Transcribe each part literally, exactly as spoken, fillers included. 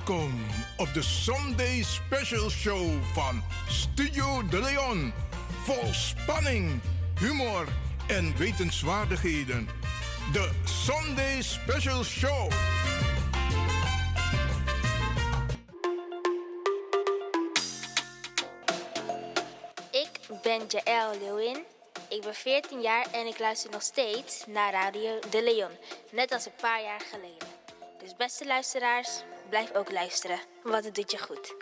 Welkom op de Sunday Special Show van Studio De Leon. Vol spanning, humor en wetenswaardigheden. De Sunday Special Show. Ik ben Jaël Leeuwin. Ik ben veertien jaar en ik luister nog steeds naar Radio De Leon. Net als een paar jaar geleden. Dus beste luisteraars, blijf ook luisteren, want het doet je goed.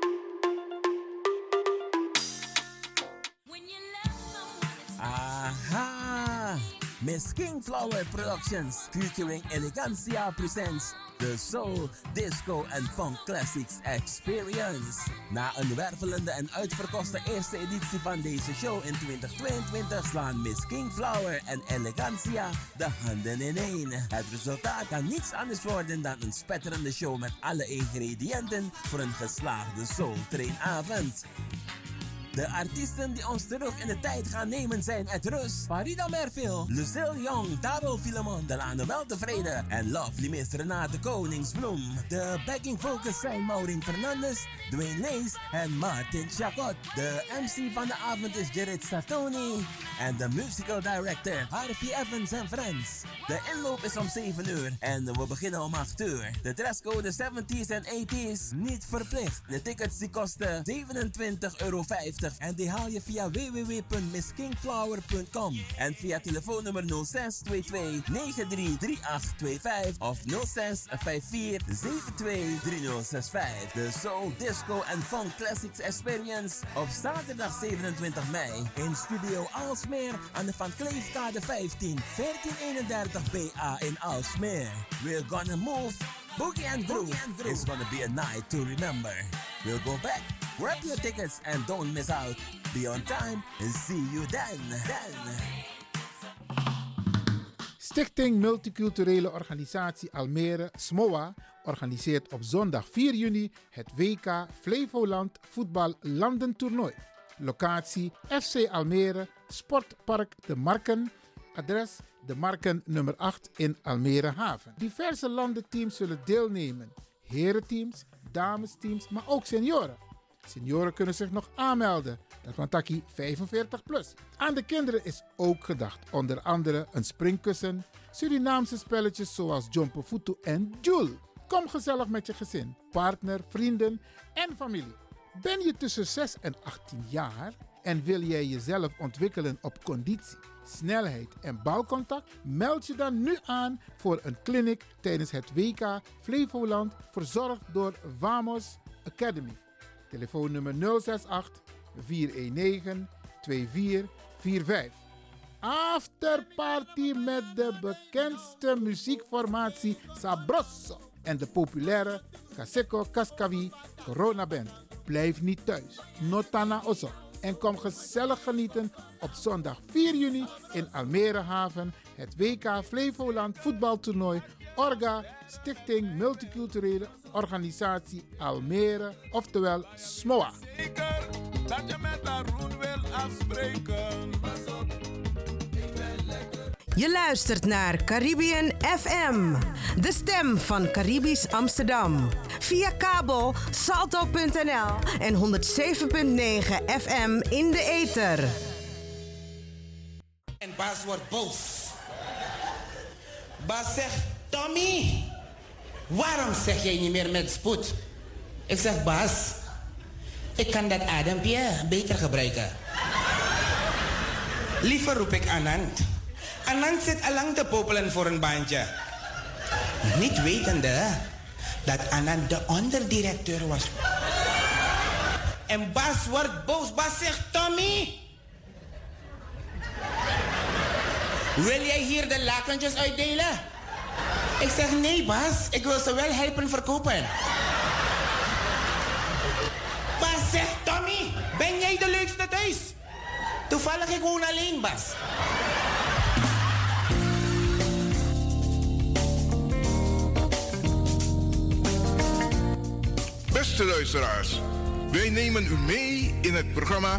Aha! Miss Kingflower Productions featuring Elegancia presents the Soul, Disco and Funk Classics Experience. Na een wervelende en uitverkochte eerste editie van deze show in twintig tweeëntwintig slaan Miss Kingflower en Elegancia de handen ineen. Het resultaat kan niets anders worden dan een spetterende show met alle ingrediënten voor een geslaagde soul trainavond. De artiesten die ons terug in de tijd gaan nemen zijn Ed Rus, Farida Merville, Lucille Young, Darryl Filemon, Delano Weltevreden en Lovely Miss Renate Koningsbloem. De backing vocals zijn Maureen Fernandes, Dwayne Lees en Martin Chacot. De M C van de avond is Jared Satoni en de musical director Harvey Evans en Friends. De inloop is om zeven uur en we beginnen om acht uur. De dresscode seventies en eighties niet verplicht. De tickets die kosten zevenentwintig euro vijftig. En die haal je via w w w punt miss kingflower punt com en via telefoonnummer nul zes twee twee negen drie drie acht twee vijf of nul zes vijf vier zeven twee drie nul zes vijf. De Soul, Disco en Funk Classics Experience op zaterdag zevenentwintig mei in Studio Aalsmeer aan de Van Kleefkade vijftien, veertien eenendertig B A in Aalsmeer. We're gonna move. Boogie and Groove is gonna be a night to remember. We'll go back. Grab your tickets and don't miss out. Be on time and see you then. then. Stichting Multiculturele Organisatie Almere, S M O A, organiseert op zondag vier juni het W K Flevoland Voetbal Landentoernooi. Locatie F C Almere, Sportpark De Marken. Adres De Marken nummer acht in Almere Haven. Diverse landenteams zullen deelnemen. Herenteams, damesteams, maar ook senioren. Senioren kunnen zich nog aanmelden. Dat want taki vijfenveertig plus. Aan de kinderen is ook gedacht. Onder andere een springkussen, Surinaamse spelletjes zoals Jumpo Futu en Joule. Kom gezellig met je gezin, partner, vrienden en familie. Ben je tussen zes en achttien jaar en wil jij jezelf ontwikkelen op conditie, snelheid en balcontact? Meld je dan nu aan voor een clinic tijdens het W K Flevoland, verzorgd door Vamos Academy. Telefoonnummer nul zes acht vier een negen twee vier vier vijf. Afterparty met de bekendste muziekformatie Sabroso en de populaire Kaseko Kaskawi Corona Band. Blijf niet thuis. Notana Osso. En kom gezellig genieten op zondag vier juni in Almere Haven. Het W K Flevoland voetbaltoernooi. Orga Stichting Multiculturele Organisatie Almere. Oftewel S M O A. Dat je met Arun wil afspreken. Je luistert naar Caribbean F M, de stem van Caribisch Amsterdam. Via kabel salto punt n l en honderd zeven punt negen F M in de ether. En Bas wordt boos. Bas zegt, Tommy, waarom zeg jij niet meer met spoed? Ik zeg, Bas, ik kan dat adempje beter gebruiken. Liever roep ik Anand. Anand zit allang te popelen voor een baantje. Niet wetende dat Anand de onderdirecteur was. En Bas wordt boos. Bas zegt, Tommy, wil jij hier de lakentjes uitdelen? Ik zeg, nee Bas, ik wil ze wel helpen verkopen. Bas zegt, Tommy, ben jij de leukste thuis? Toevallig ik woon alleen, Bas. Beste luisteraars, wij nemen u mee in het programma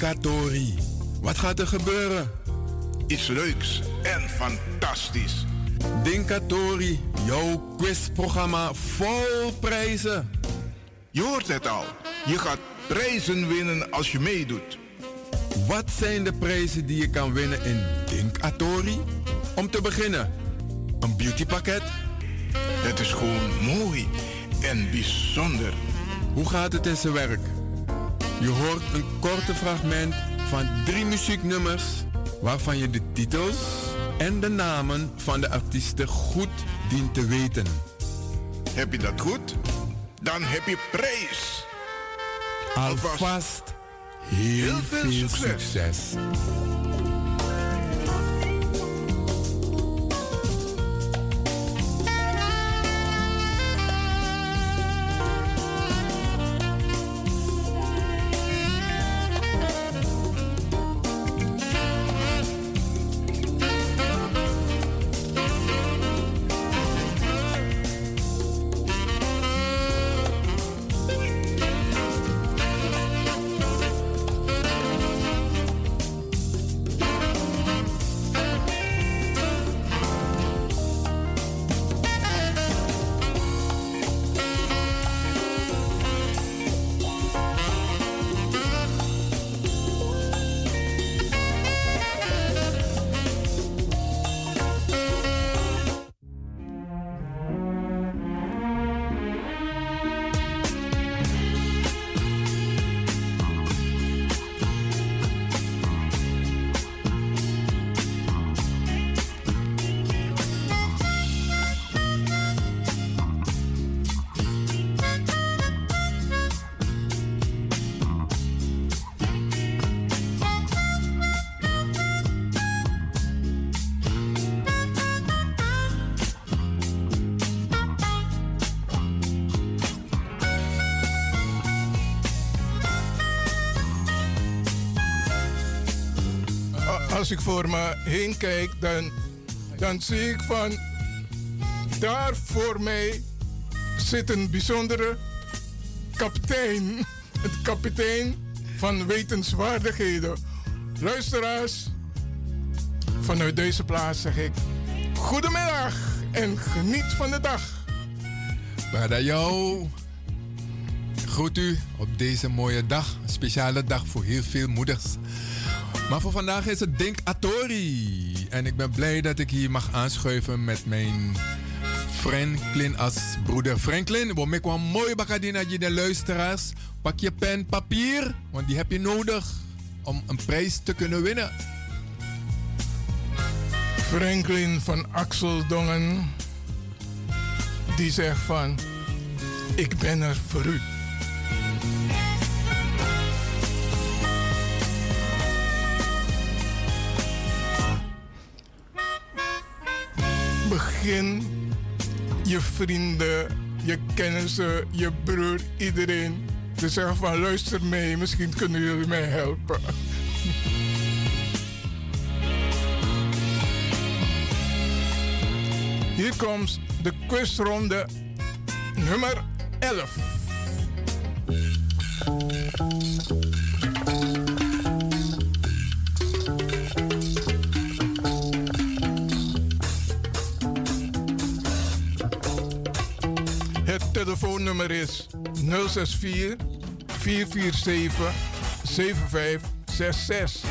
Dinkatori. Wat gaat er gebeuren? Iets leuks en fantastisch. Dinkatori, jouw quizprogramma vol prijzen. Je hoort het al. Je gaat prijzen winnen als je meedoet. Wat zijn de prijzen die je kan winnen in Dinkatori? Om te beginnen, een beautypakket. Het is gewoon mooi en bijzonder. Hoe gaat het in zijn werk? Je hoort een korte fragment van drie muzieknummers waarvan je de titels en de namen van de artiesten goed dient te weten. Heb je dat goed? Dan heb je prijs. Alvast heel, heel veel, veel succes. succes. Als ik voor me heen kijk, dan, dan zie ik van... Daar voor mij zit een bijzondere kapitein. Het kapitein van wetenswaardigheden. Luisteraars, vanuit deze plaats zeg ik... Goedemiddag en geniet van de dag. Badajo. Groet u op deze mooie dag. Een speciale dag voor heel veel moeders. Maar voor vandaag is het Dinkatori. En ik ben blij dat ik hier mag aanschuiven met mijn Franklin als broeder Franklin. We maken een mooi bakadina de luisteraars. Pak je pen, papier, want die heb je nodig om een prijs te kunnen winnen. Franklin van Axeldongen, die zegt van... Ik ben er voor u. Begin je vrienden, je kennissen, je broer, iedereen te zeggen van luister mee, misschien kunnen jullie mij helpen. Hier komt de quizronde nummer elf. Het telefoonnummer is nul zes vier, vier vier zeven, zeven vijf zes zes.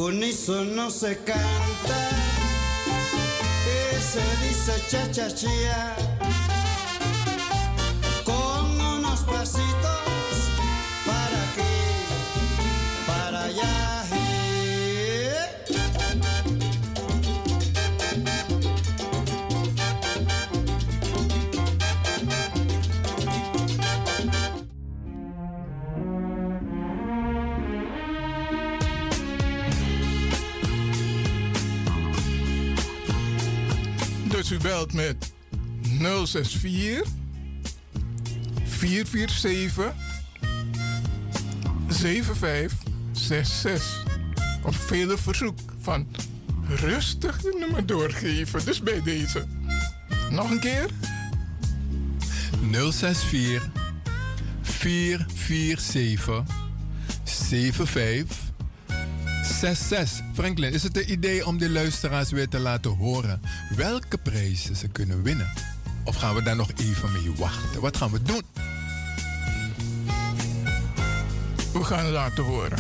Unísono se canta y se dice cha cha cha con unos pasitos para aquí, para allá. Dus u belt met nul zes vier, vier vier zeven, zeven vijf zes zes. Op vele verzoek van rustig je nummer doorgeven. Dus bij deze. Nog een keer. nul zes vier, vier vier zeven, zeven vijf zes zes. Franklin, is het een idee om de luisteraars weer te laten horen welke prijzen ze kunnen winnen? Of gaan we daar nog even mee wachten? Wat gaan we doen? We gaan het laten horen.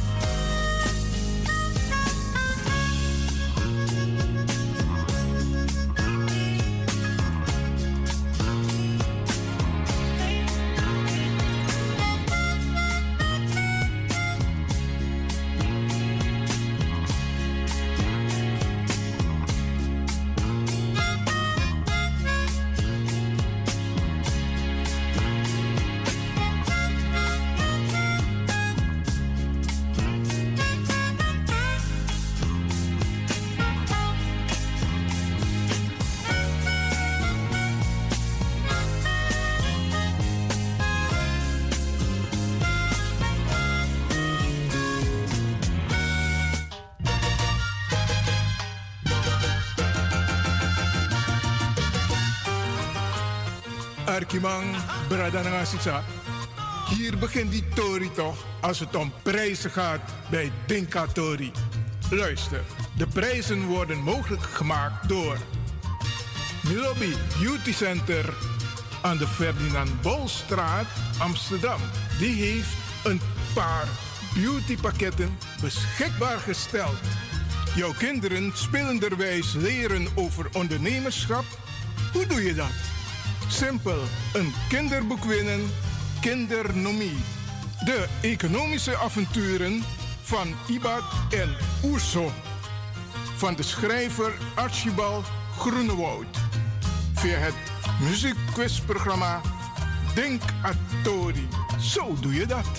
Arkimang, Bradanangasisa. Hier begint die Tori toch als het om prijzen gaat bij Dinka Tori. Luister, de prijzen worden mogelijk gemaakt door Milobi Beauty Center aan de Ferdinand Bolstraat, Amsterdam. Die heeft een paar beautypakketten beschikbaar gesteld. Jouw kinderen spelenderwijs leren over ondernemerschap. Hoe doe je dat? Simpel, een kinderboek winnen, Kindernomie. De economische avonturen van Ibad en Oerso. Van de schrijver Archibald Groenewoud. Via het muziekquizprogramma Denk Atori. Zo doe je dat.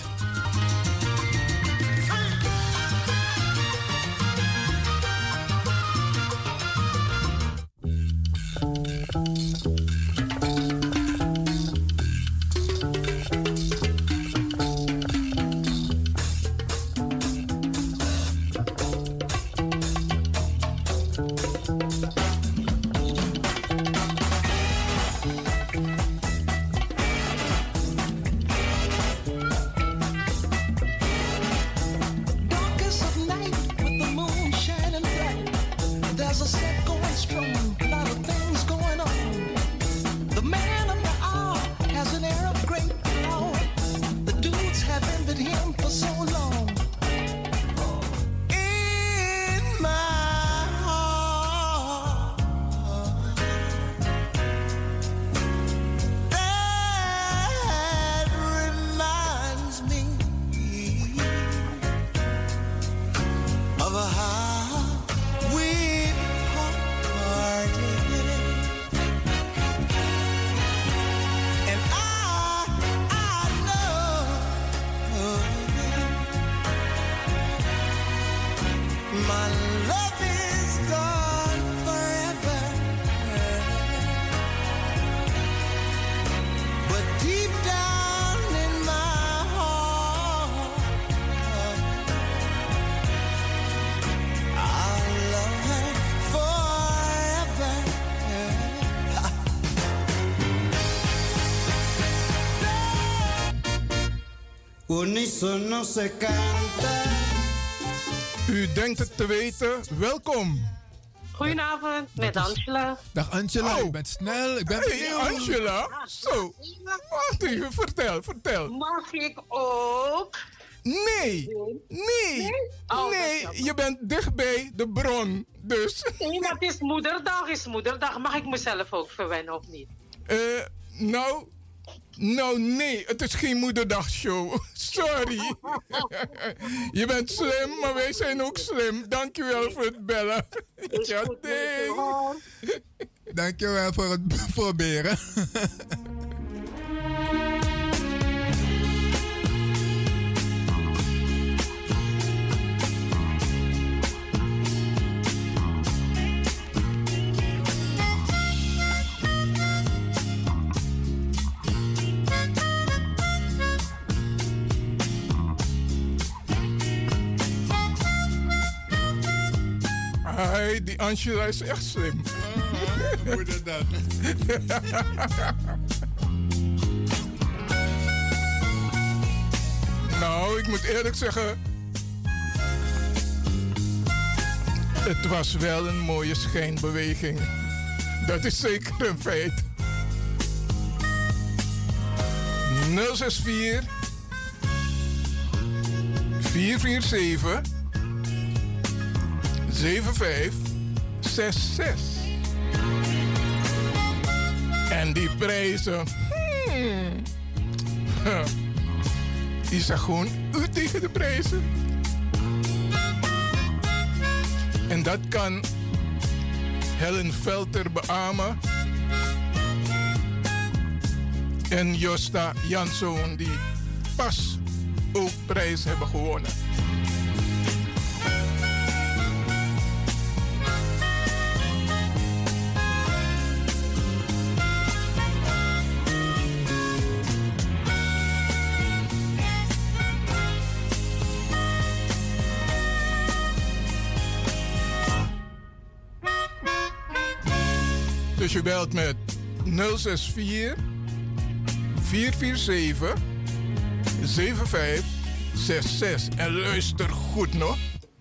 Unisono se canta. U denkt het te weten, welkom. Goedenavond, met Angela. Dag Angela, oh. ik ben snel. Ik ben hey, Angela. Zo, wacht even, vertel, vertel. Mag ik ook Nee, nee, Nee? Oh, nee, dat is je bent dichtbij de bron, dus... Nee, maar het is moederdag, is moederdag. Mag ik mezelf ook verwennen of niet? Eh, nou, nou nee, het is geen moederdagshow. Sorry. Je bent slim, maar wij zijn ook slim. Dankjewel voor het bellen. Ja, nee. Dankjewel voor het proberen. Hey, die Angela is echt slim. Uh, moeder dan. Nou, ik moet eerlijk zeggen... Het was wel een mooie schijnbeweging. Dat is zeker een feit. nul zes vier vier vier zeven zeven vijf zes zes. En die prijzen... Hmm. Huh. Die zegt gewoon u tegen de prijzen. En dat kan Helen Velter beamen. En Josta Janszoon, die pas ook prijs hebben gewonnen. Dus je belt met nul zes vier vier vier zeven zeven vijf zes zes. En luister goed nog.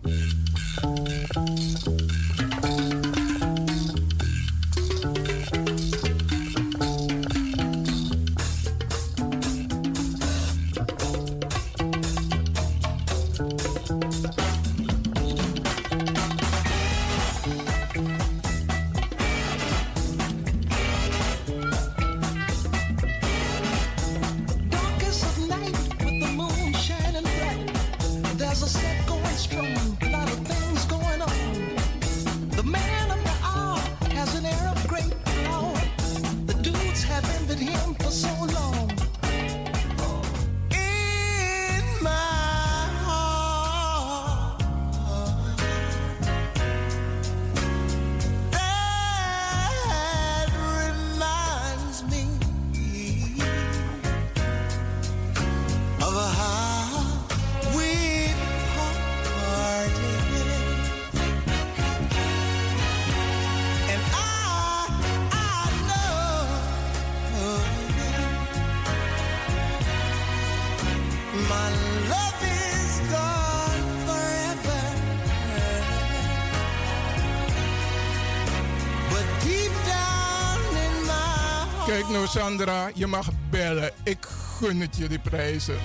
Kijk nou Sandra, je mag bellen. Ik gun het je die prijzen.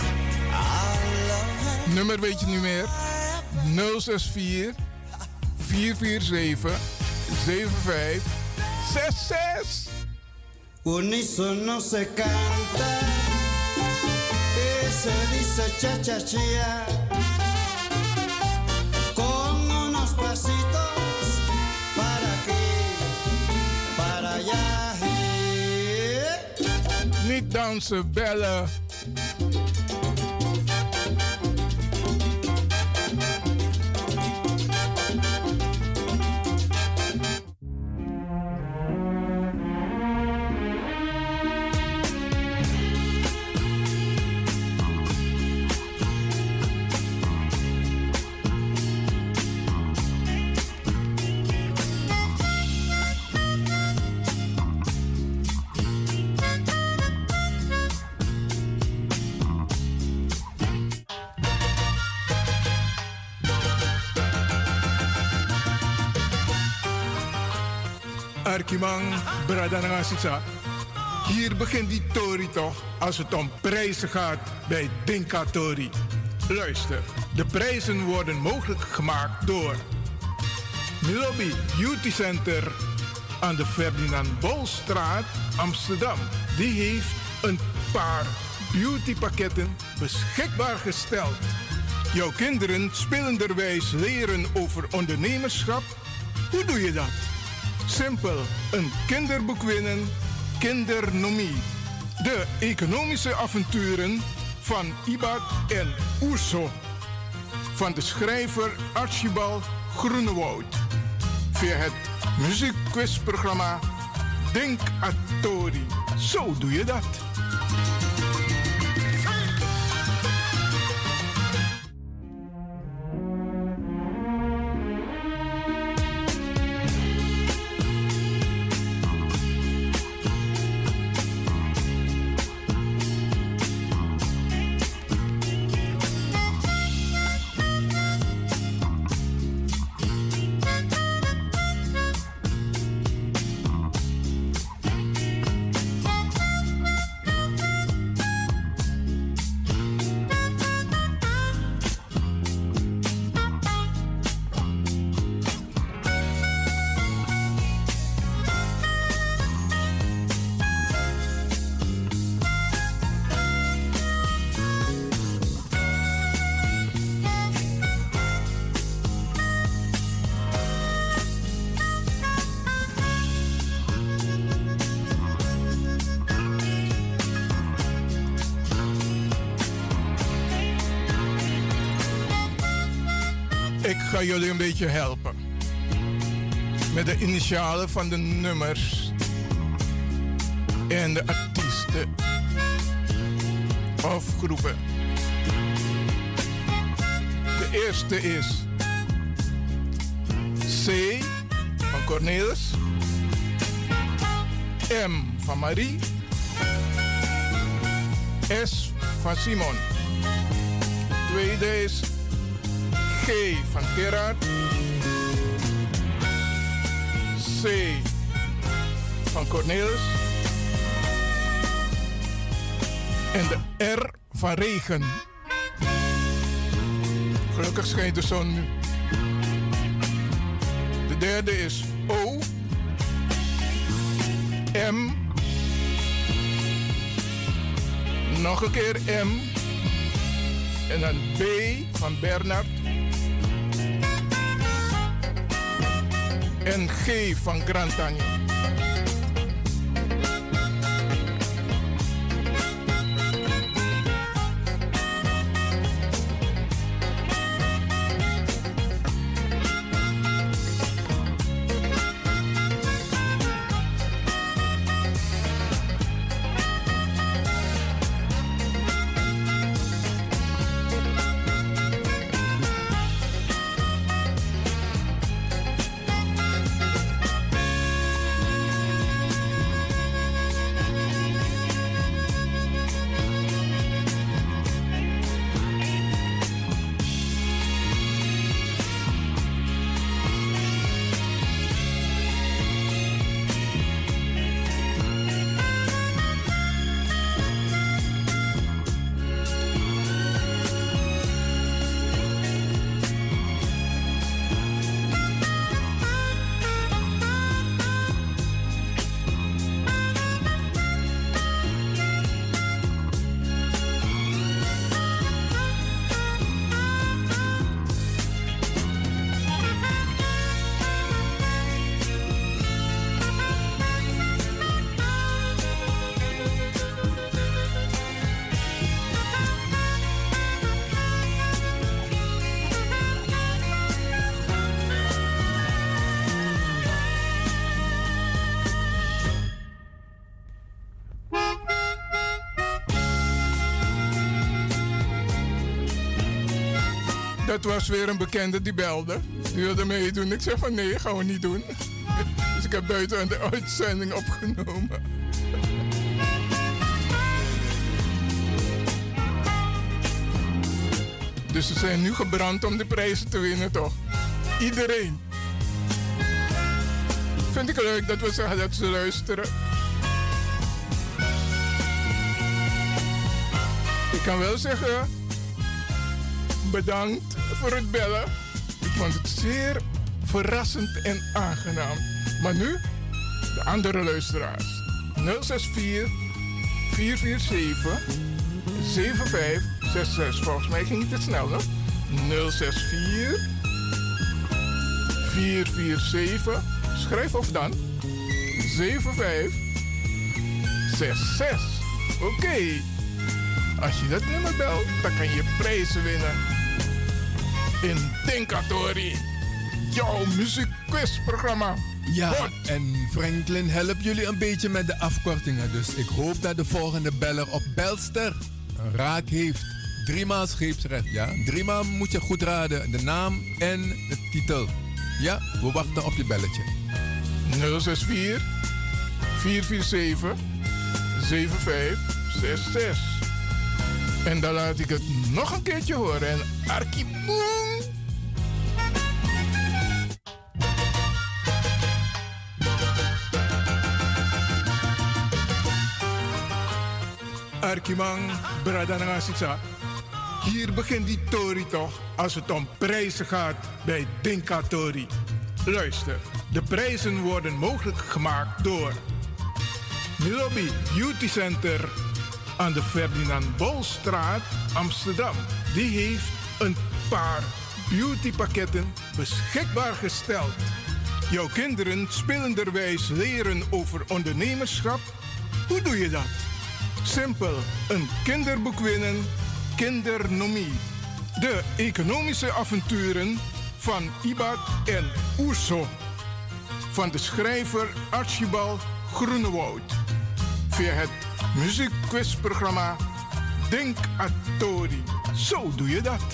Nummer weet je niet meer? nul zes vier vier vier zeven zeven vijf zes zes. Unisono se canta y se dice cha cha cha con unos pasitos para aquí, para allá. Niet dansen, bellen. Arkimang, Bradanangasisa. Hier begint die tori toch, als het om prijzen gaat bij Dinka Tori. Luister, de prijzen worden mogelijk gemaakt door Milobi Beauty Center aan de Ferdinand Bolstraat, Amsterdam. Die heeft een paar beautypakketten beschikbaar gesteld. Jouw kinderen spelenderwijs leren over ondernemerschap? Hoe doe je dat? Simpel, een kinderboek winnen, Kindernomie. De economische avonturen van Ibad en Oerso. Van de schrijver Archibald Groenewoud. Via het muziekquizprogramma Denk Atori. Zo doe je dat. Ik ga jullie een beetje helpen. Met de initialen van de nummers. En de artiesten. Of groepen. De eerste is C van Cornelis. M van Marie. S van Simon. Tweede is G van Gerard. C van Cornelis. En de R van Regen. Gelukkig schijnt de zon nu. De derde is O. M. Nog een keer M. En dan B van Bernard. En G van Grantanje. Dat was weer een bekende die belde. Die wilde meedoen. Ik zei van nee, gaan we niet doen. Dus ik heb buiten aan de uitzending opgenomen. Dus ze zijn nu gebrand om de prijzen te winnen, toch? Iedereen. Vind ik leuk dat we zeggen dat ze luisteren. Ik kan wel zeggen bedankt voor het bellen. Ik vond het zeer verrassend en aangenaam. Maar nu, de andere luisteraars. nul zes vier, vier vier zeven, zeven vijf zes zes. Volgens mij ging het te snel, hè? nul zes vier, vier vier zeven, schrijf of dan, zeven vijf zes zes. Oké. Okay. Als je dat nummer belt, dan kan je prijzen winnen. In Dinkatori, jouw muziekquizprogramma. Ja, Hot. en Franklin helpt jullie een beetje met de afkortingen. Dus ik hoop dat de volgende beller op belster een raak heeft. Driemaal scheepsrecht, ja. Driemaal moet je goed raden. De naam en de titel. Ja, we wachten op je belletje. nul zes vier, vier vier zeven, zeven vijf zes zes. En dan laat ik het nog een keertje horen. En Arkiboom! Arkimang, Bradanangasitsa. Hier begint die tori toch, als het om prijzen gaat bij Dinka Tori. Luister, de prijzen worden mogelijk gemaakt door Milobi Beauty Center aan de Ferdinand Bolstraat, Amsterdam. Die heeft een paar beautypakketten beschikbaar gesteld. Jouw kinderen spelenderwijs leren over ondernemerschap. Hoe doe je dat? Simpel, een kinderboek winnen, Kindernomie. De economische avonturen van Ibad en Oerso. Van de schrijver Archibald Groenewoud. Via het muziekquizprogramma Denk Atori. Zo doe je dat.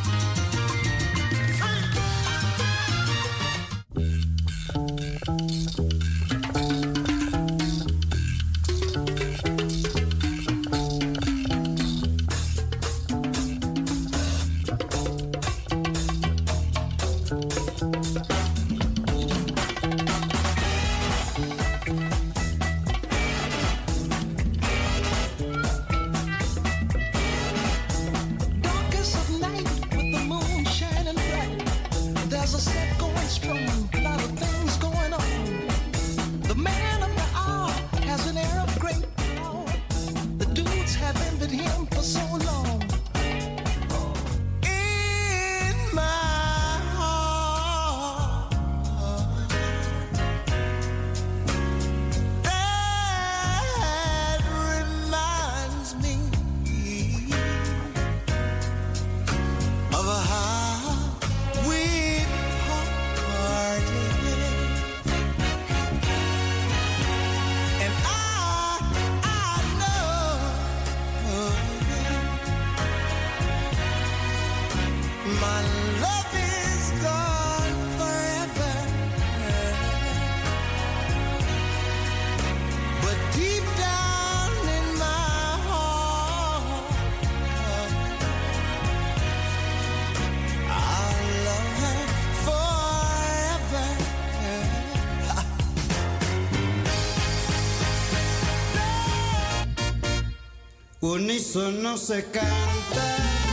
Unísono se canta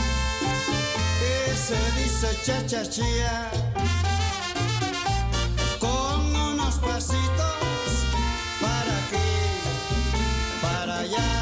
y se dice cha-cha-chia con unos pasitos para aquí, para allá.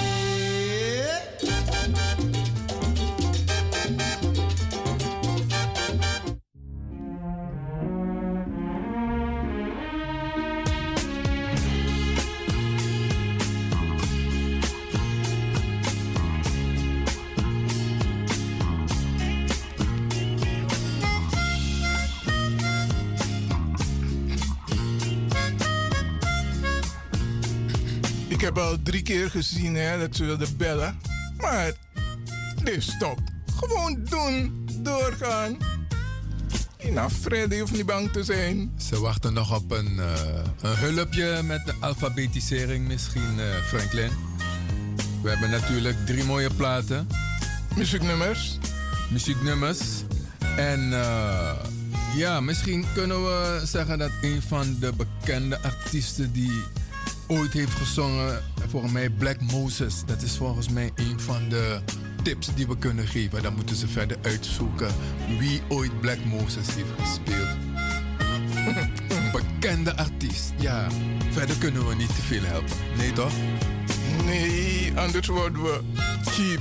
Ik heb al drie keer gezien hè, dat ze wilden bellen. Maar, nee, stop. Gewoon doen. Doorgaan. Nou, Freddy hoeft niet bang te zijn. Ze wachten nog op een, uh, een hulpje met de alfabetisering misschien, uh, Franklin. We hebben natuurlijk drie mooie platen. Muzieknummers. Muzieknummers. En uh, ja, misschien kunnen we zeggen dat een van de bekende artiesten die ooit heeft gezongen, volgens mij Black Moses. Dat is volgens mij een van de tips die we kunnen geven. Dan moeten ze verder uitzoeken wie ooit Black Moses heeft gespeeld. Een bekende artiest, ja. Verder kunnen we niet te veel helpen. Nee toch? Nee, anders worden we cheap.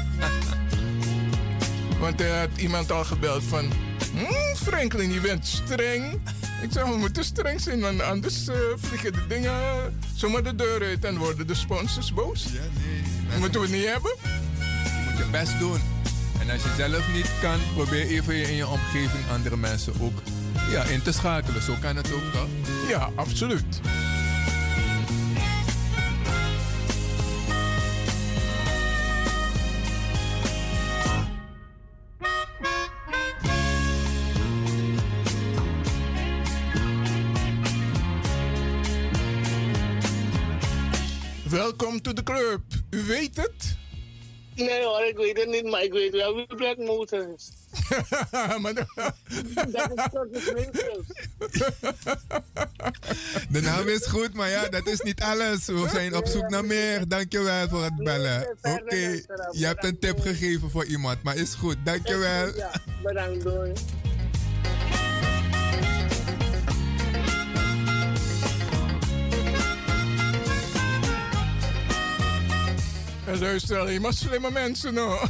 Want er had iemand al gebeld van... Hmm, Franklin, je bent streng. Ik zeg, we moeten streng zijn, want anders uh, vliegen de dingen zomaar de deur uit en worden de sponsors boos. Ja, nee. Dat moeten we niet hebben. Je moet je best doen. En als je zelf niet kan, probeer even in je omgeving andere mensen ook ja, in te schakelen. Zo kan het ook, toch? Ja, absoluut. Welkom to the club. U weet het? Nee hoor, ik weet het niet, maar ik weet wel wie Black Moses is. Maar de... Dat is toch de Winkels. De naam is goed, maar ja, dat is niet alles. We zijn op zoek naar meer. Dankjewel voor het bellen. Oké, okay. Je hebt een tip gegeven voor iemand, maar is goed. Dankjewel. Ja, bedankt, doei. En luister alleen maar slimme mensen, hoor.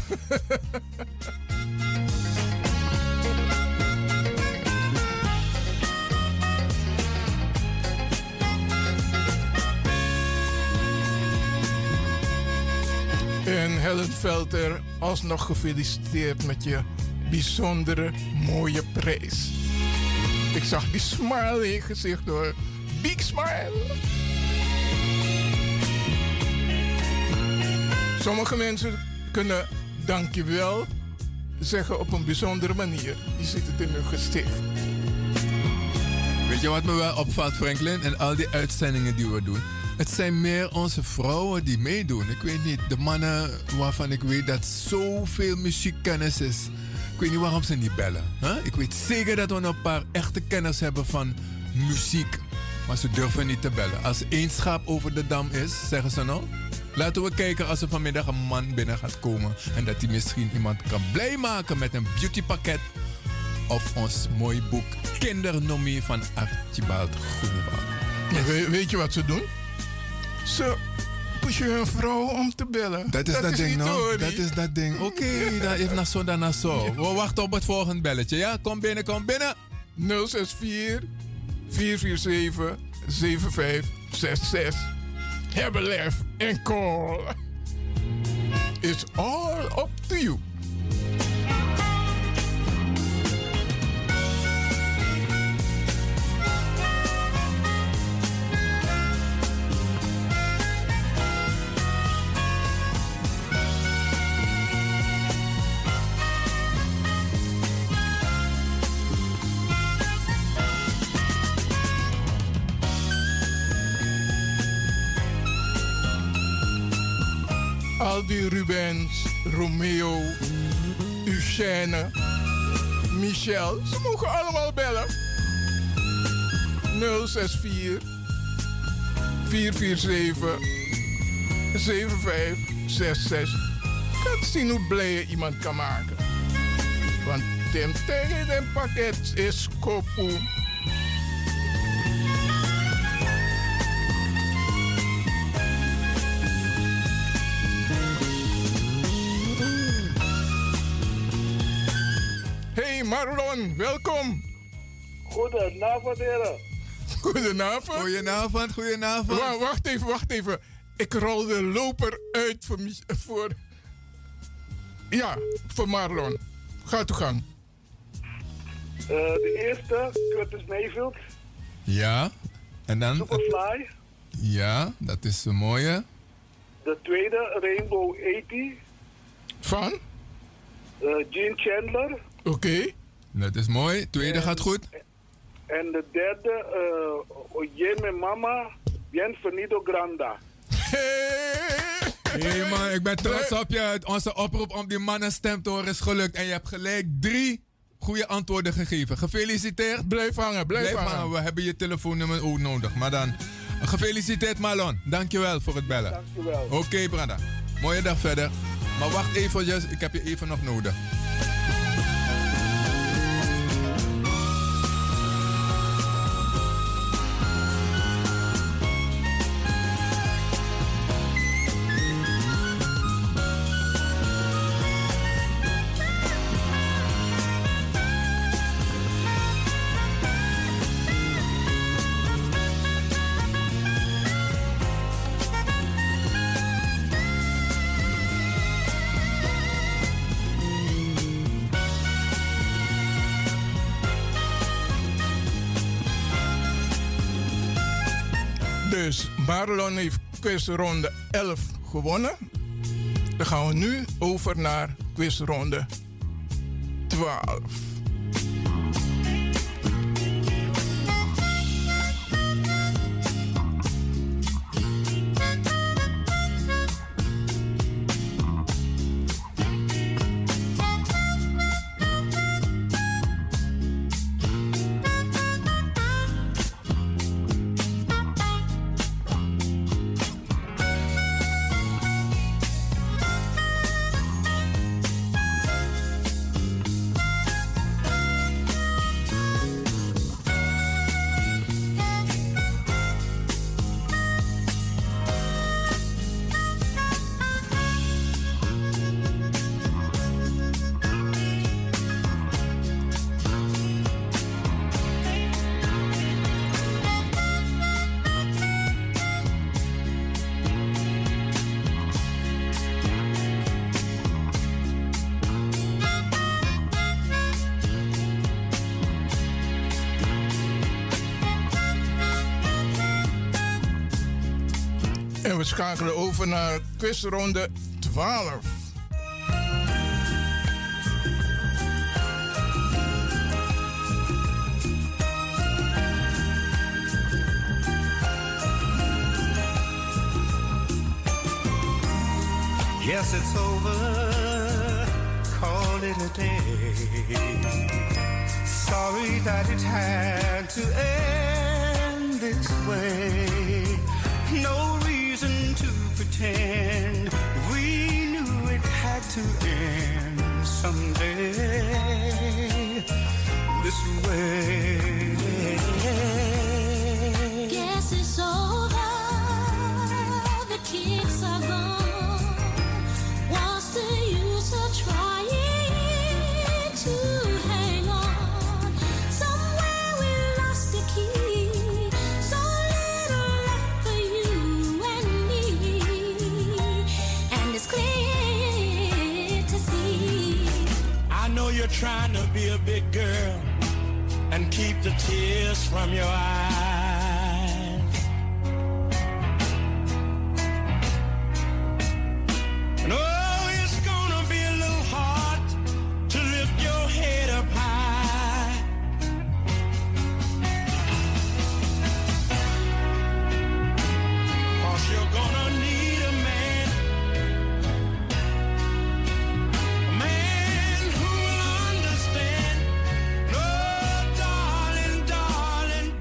En Helen Velter, alsnog gefeliciteerd met je bijzondere mooie prijs. Ik zag die smile in je gezicht, hoor. Big smile. Sommige mensen kunnen dankjewel zeggen op een bijzondere manier. Je ziet het in hun gezicht. Weet je wat me wel opvalt, Franklin? En al die uitzendingen die we doen. Het zijn meer onze vrouwen die meedoen. Ik weet niet, de mannen waarvan ik weet dat zoveel muziekkennis is. Ik weet niet waarom ze niet bellen. Huh? Ik weet zeker dat we een paar echte kenners hebben van muziek. Maar ze durven niet te bellen. Als één schaap over de dam is, zeggen ze nou... Laten we kijken als er vanmiddag een man binnen gaat komen. En dat hij misschien iemand kan blij maken met een beautypakket. Of ons mooi boek Kindernomie van Archibald Groenewald. Yes. We, weet je wat ze doen? Ze pushen hun vrouw om te bellen. Dat is dat, dat is ding, no? Dat is dat ding. Oké, okay, dan even naar zo, dan naar zo. We wachten op het volgende belletje, ja? Kom binnen, kom binnen. nul zes vier, vier vier zeven, zeven vijf zes zes. Have a laugh and call. It's all up to you. Aldi Rubens, Romeo, Eugène, Michel. Ze mogen allemaal bellen. nul zes vier, vier vier zeven, zeven vijf zes zes. Ik kan zien hoe blij je iemand kan maken. Want Tim tegen een pakket is kopoe. Marlon, welkom. Goedenavond, heren. Goedenavond. Goedenavond, goedenavond. Wa wacht even, wacht even. Ik rol de loper uit voor... voor ja, voor Marlon. Ga toe gang. Uh, de eerste, Curtis Mayfield. Ja, en dan... Superfly. Ja, dat is een mooie. De tweede, Rainbow tachtig. Van? Uh, Gene Chandler. Oké. Okay. Dat is mooi. Tweede en, gaat goed. En de derde, uh, Oye mi mama, bien venido granda. Hé hey man, ik ben trots op je. Onze oproep om die mannenstem te horen is gelukt. En je hebt gelijk drie goede antwoorden gegeven. Gefeliciteerd. Blijf hangen, blijf, blijf hangen. hangen. We hebben je telefoonnummer ook nodig. Maar dan, gefeliciteerd Marlon. Dankjewel voor het bellen. Dankjewel. Oké, okay, Brada. Mooie dag verder. Maar wacht even, Jess, ik heb je even nog nodig. Dus Marlon heeft quizronde elf gewonnen. Dan gaan we nu over naar quizronde twaalf. En we schakelen over naar quizronde twaalf. Yes, it's over. Call it a day. Sorry that it had to end this way. No reason to pretend. We knew it had to end someday. This way. Guess it's over. The kicks are gone. What's the use of trying to hang on? Somewhere we lost the key. So little left for you and me. And it's clear to see. I know you're trying to be a big girl and keep the tears from your eyes. And oh, it's gonna be a little hard to lift your head up high. Cause you're gonna need a man, a man who will understand. No, darling, darling.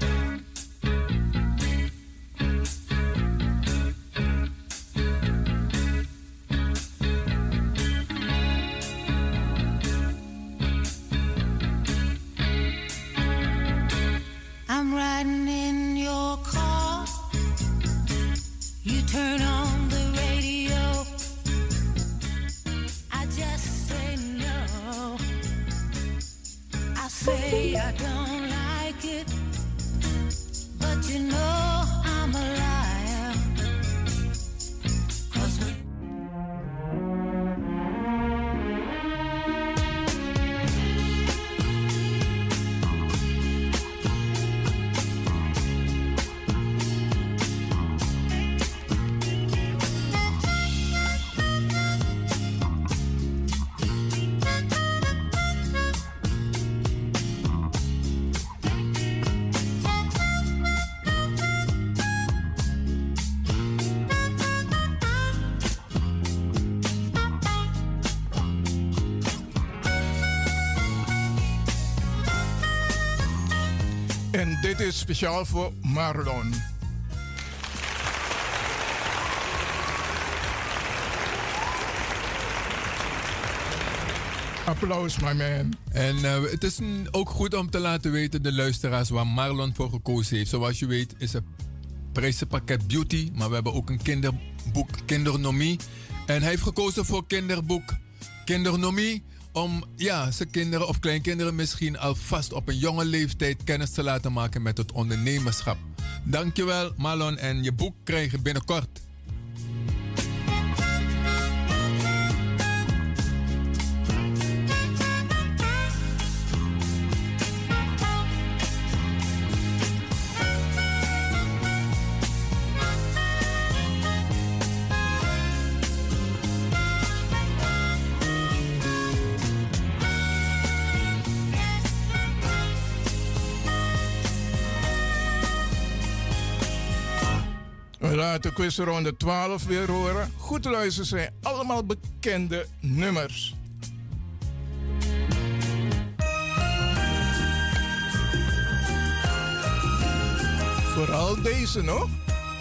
I'm riding in your car. You turn on the radio. I just say no. I say I don't like it. But you know I'm a liar. 'Cause we En dit is speciaal voor Marlon. Applaus, my man. En uh, het is een, ook goed om te laten weten, de luisteraars, waar Marlon voor gekozen heeft. Zoals je weet is het prijzenpakket Beauty, maar we hebben ook een kinderboek Kindernomie. En hij heeft gekozen voor kinderboek Kindernomie om ja, zijn kinderen of kleinkinderen misschien alvast op een jonge leeftijd kennis te laten maken met het ondernemerschap. Dankjewel Marlon en je boek krijg je binnenkort. We laten de quizronde twaalf weer horen. Goed luisteren, zijn allemaal bekende nummers. Vooral deze nog.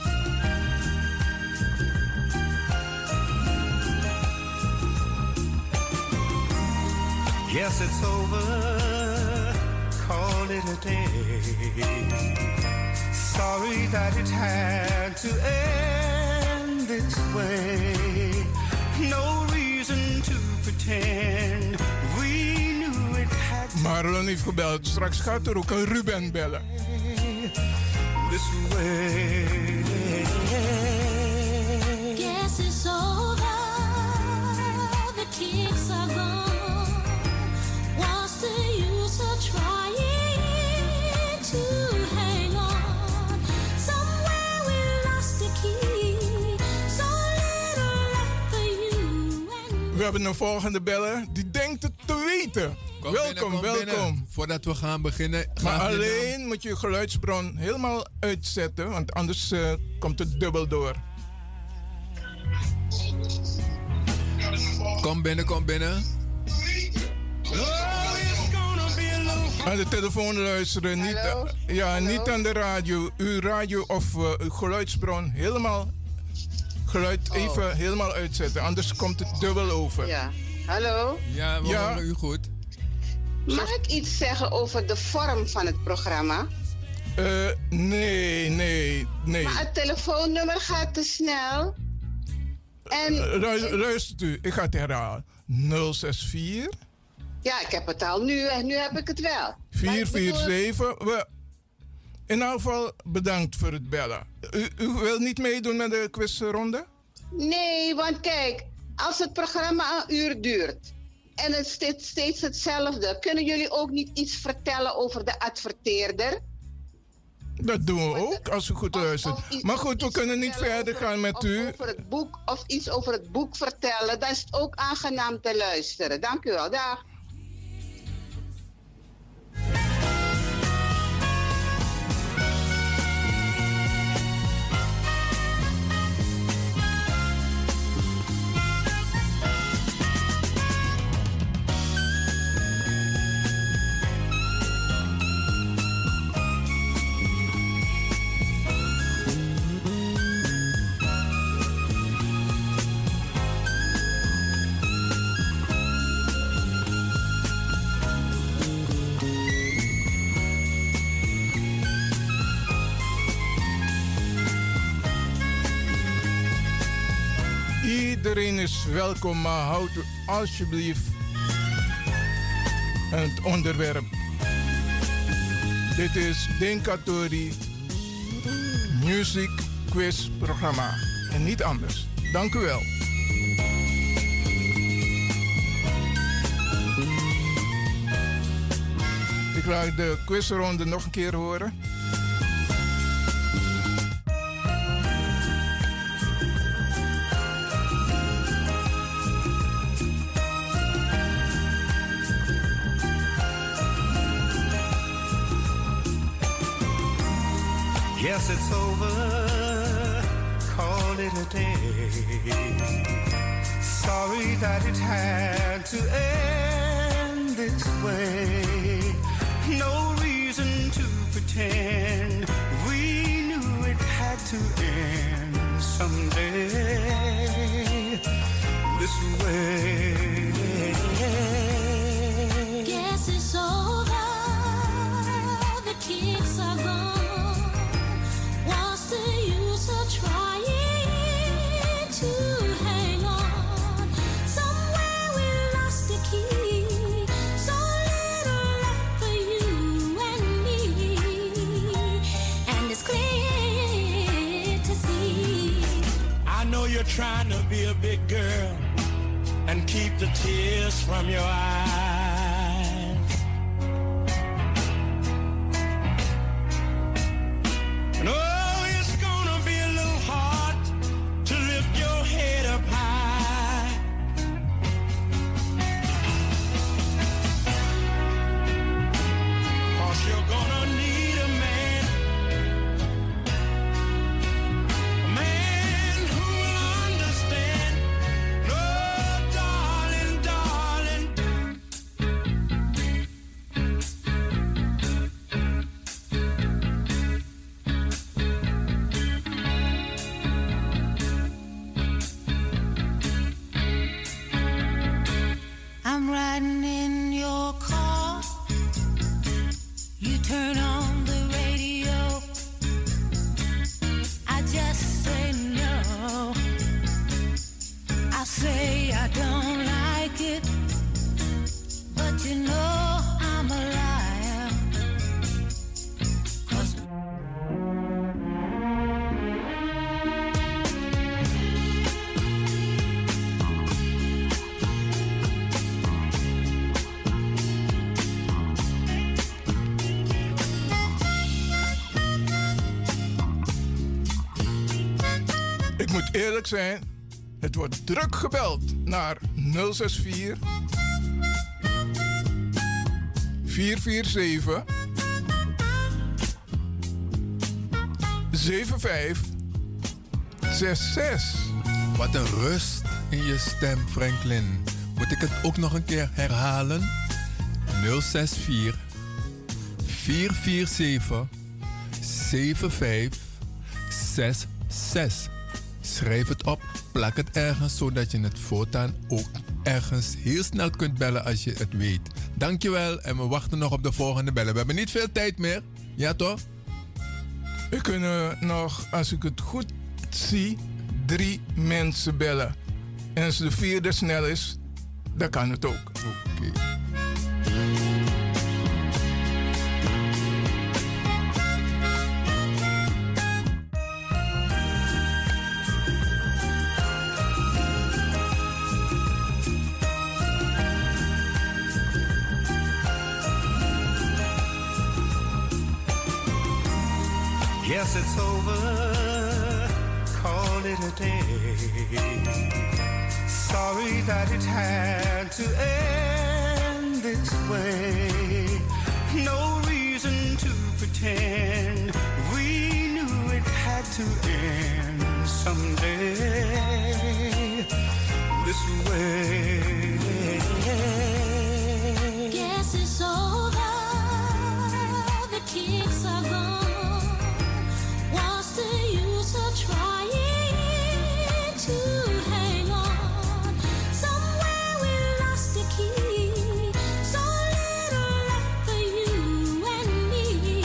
Yes, it's over. Call it a day. Sorry that it had to end this way. No reason to pretend we knew it had to. Marlon heeft gebeld. Straks gaat er ook een Ruben bellen. This way. Guess it's over. The kicks are gone. What's the use of trying to hang on? Somewhere we lost the key. So little left for you and We hebben een volgende beller. Die denkt het te weten. Kom welkom, binnen, kom welkom. binnen. Voordat we gaan beginnen. Maar graag je alleen moet je geluidsbron helemaal uitzetten, want anders uh, komt het dubbel door. naam. Kom binnen, kom binnen. Aan de telefoon luisteren, niet, uh, ja, Hallo? niet aan de radio. Uw radio of uh, uw geluidsbron helemaal, geluid Oh. even helemaal uitzetten, anders komt het dubbel over. Ja. Hallo? Ja, we Ja. horen u goed. Mag ik iets zeggen over de vorm van het programma? Uh, nee, nee, nee. Maar het telefoonnummer gaat te snel. En Uh, lu- luistert u, ik ga het herhalen. nul zes vier ja, ik heb het al nu en nu heb ik het wel. Maar vier ik vier bedoel- zeven. We, in elk geval bedankt voor het bellen. U, u wilt niet meedoen met de quizronde? Nee, want kijk, als het programma een uur duurt en het is steeds, steeds hetzelfde, kunnen jullie ook niet iets vertellen over de adverteerder? Dat doen we ook, als u goed luistert. iets- Maar goed, we iets kunnen niet vertellen verder over- gaan met of u. Over het boek, of iets over het boek vertellen, dan is het ook aangenaam te luisteren. Dank u wel, dag. Iedereen is welkom, maar houd u alsjeblieft aan het onderwerp. Dit is Denkatori Music Quiz programma en niet anders. Dank u wel. Ik laat de quizronde nog een keer horen. Yes, it's over. Call it a day. Sorry that it had to end this way. No reason to pretend we knew it had to end someday. This way. you're trying to be a big girl and keep the tears from your eyes. And oh, it's gonna be a little hard to lift your head up high. Cause you're gonna need a man, a man who will understand. No, darling, darling. I'm riding in your car. You turn on the radio. I just say no. I say I don't like it, but you know I'm a liar. 'Cause Ik moet eerlijk zijn, het wordt druk gebeld naar nul zes vier, vier vier zeven, zeven vijf zes zes. Wat een rust in je stem, Franklin. Moet ik het ook nog een keer herhalen? nul zes vier, vier vier zeven, zeven vijf zes zes. Schrijf het op, plak het ergens, zodat je het voortaan ook ergens heel snel kunt bellen als je het weet. Dankjewel en we wachten nog op de volgende bellen. We hebben niet veel tijd meer. Ja toch? We kunnen nog, als ik het goed zie, drie mensen bellen. En als de vierde snel is, dan kan het ook. Oké. Yes, it's over. Call it a day. Sorry that it had to end this way. No reason to pretend. We knew it had to end someday. This way. guess it's over. The kicks are gone. What's the use of trying to hang on? Somewhere we lost the key. So little left for you and me.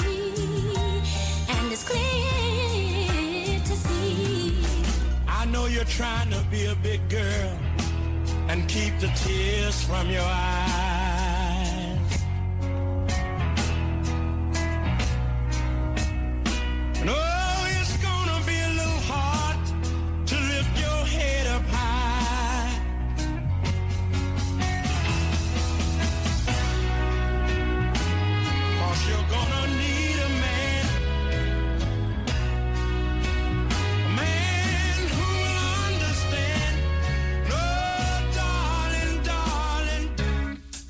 And it's clear to see. I know you're trying to be a big girl and keep the tears from your eyes. And oh, it's gonna be a little hard to lift your head up high. Cause you're gonna need a man, a man who will understand. No, darling, darling.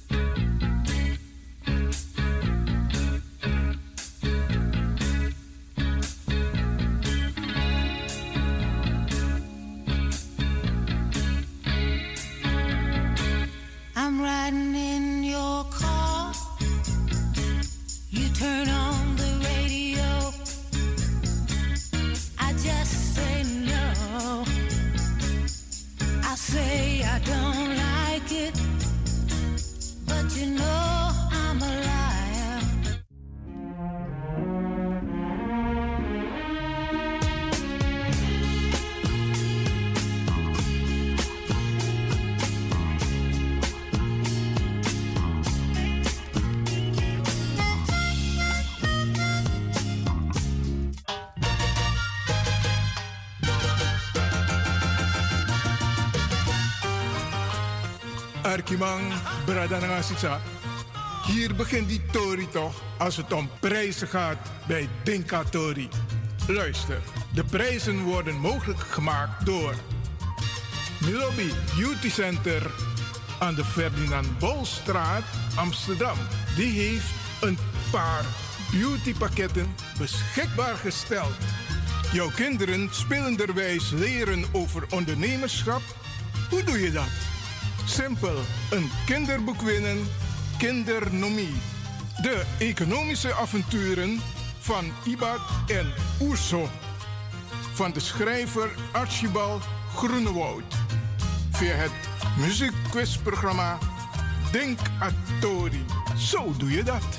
Arkimang, Bradanangasitsa. Hier begint die Tori toch als het om prijzen gaat bij Dinka Tori. Luister, de prijzen worden mogelijk gemaakt door Milobi Beauty Center aan de Ferdinand Bolstraat, Amsterdam. Die heeft een paar beautypakketten beschikbaar gesteld. Jouw kinderen spelenderwijs leren over ondernemerschap? Hoe doe je dat? Simpel, een kinderboek winnen, Kindernomie. De economische avonturen van Ibad en Oerso. Van de schrijver Archibald Groenewoud. Via het muziekquizprogramma Denk Atori. Zo doe je dat.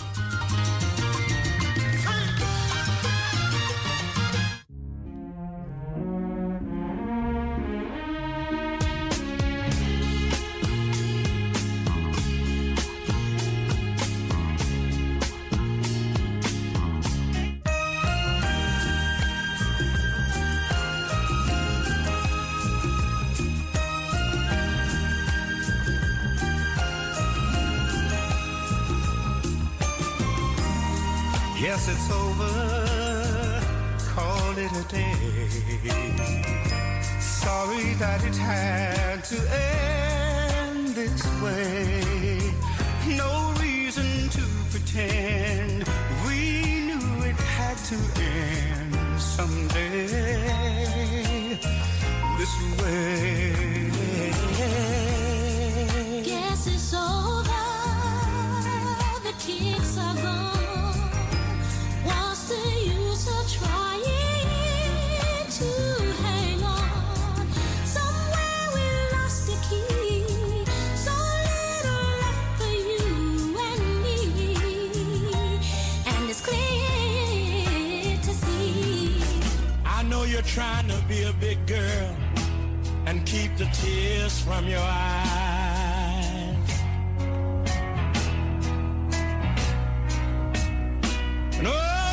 Yes, it's over, call it a day. Sorry that it had to end this way. No reason to pretend we knew it had to end someday this way. Guess it's over, the kicks are gone. Trying to hang on, somewhere we lost the key. So little left for you and me, and it's clear to see. I know you're trying to be a big girl and keep the tears from your eyes. No.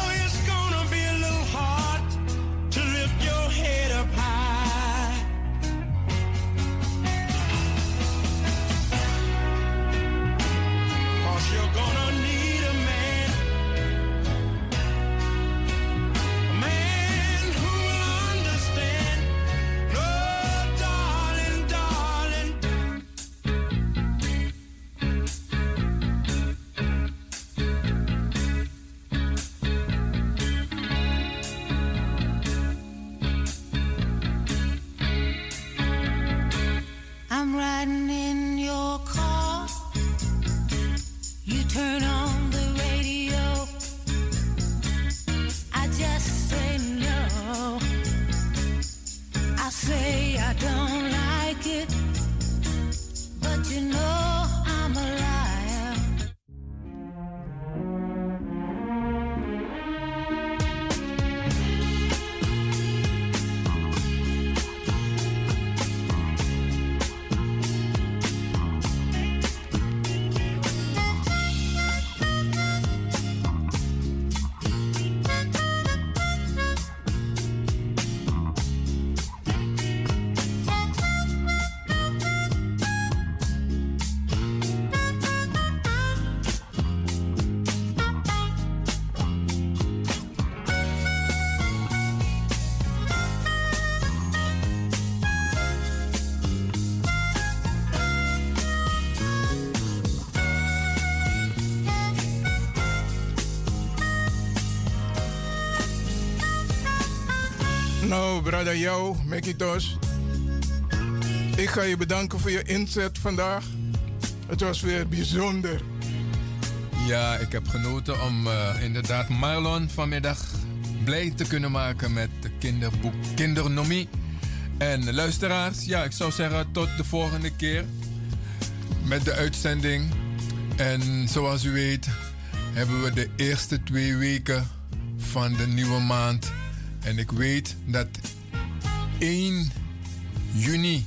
I'm riding in your car. You turn on the radio. I just say no. I say I don't like it, but you know I'm a liar. Nou, brada jou, Mekitos. Ik ga je bedanken voor je inzet vandaag. Het was weer bijzonder. Ja, ik heb genoten om uh, inderdaad Marlon vanmiddag blij te kunnen maken met het kinderboek Kindernomie. En luisteraars, ja, ik zou zeggen tot de volgende keer met de uitzending. En zoals u weet hebben we de eerste twee weken van de nieuwe maand. En ik weet dat één juni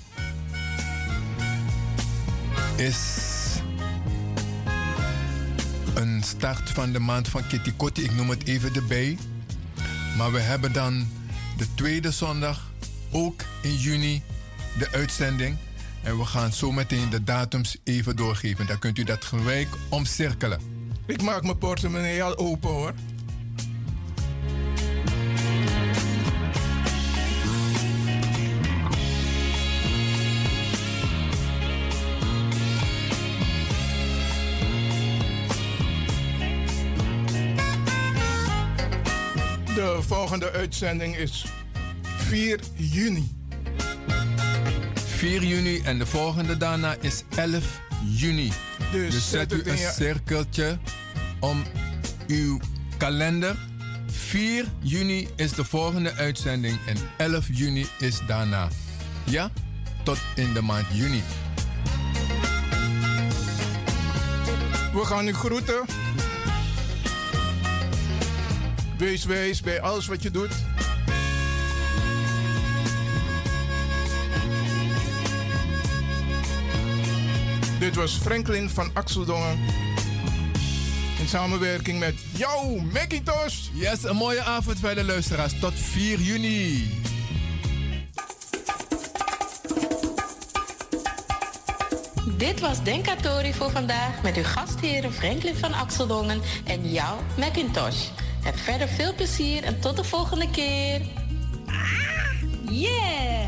is een start van de maand van Kitty Kotti. Ik noem het even erbij. Maar we hebben dan de tweede zondag, ook in juni, de uitzending. En we gaan zo meteen de datums even doorgeven. Dan kunt u dat gelijk omcirkelen. Ik maak mijn portemonnee al open hoor. De volgende uitzending is vier juni. vier juni en de volgende daarna is elf juni. Dus, dus zet u een cirkeltje om uw kalender. vier juni is de volgende uitzending en elf juni is daarna. Ja, tot in de maand juni. We gaan u groeten. Wees wijs bij alles wat je doet. Dit was Franklin van Axeldongen. In samenwerking met jou, Macintosh. Yes, een mooie avond bij de luisteraars. Tot vier juni. Dit was Denkatori voor vandaag met uw gastheren Franklin van Axeldongen en jou, Macintosh. Heb verder veel plezier en tot de volgende keer. Ah, yeah!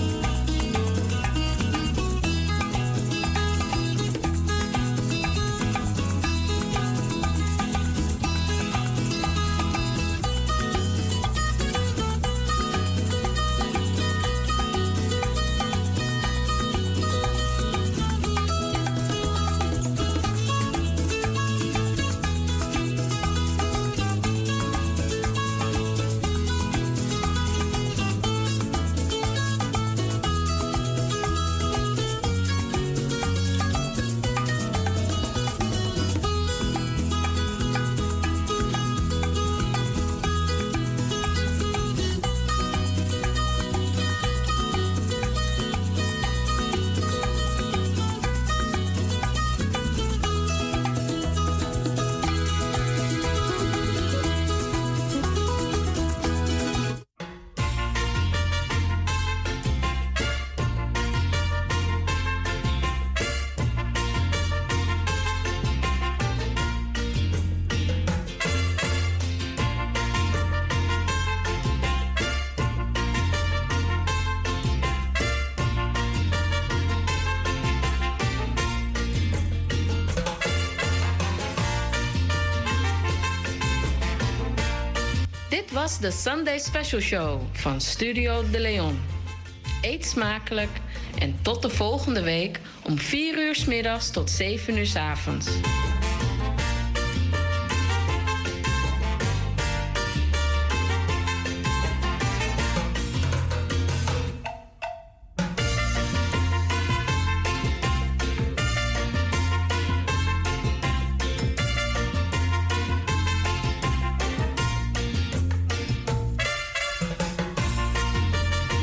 Dit was de Sunday Special Show van Studio De Leon. Eet smakelijk en tot de volgende week om vier uur 's middags tot zeven uur 's avonds.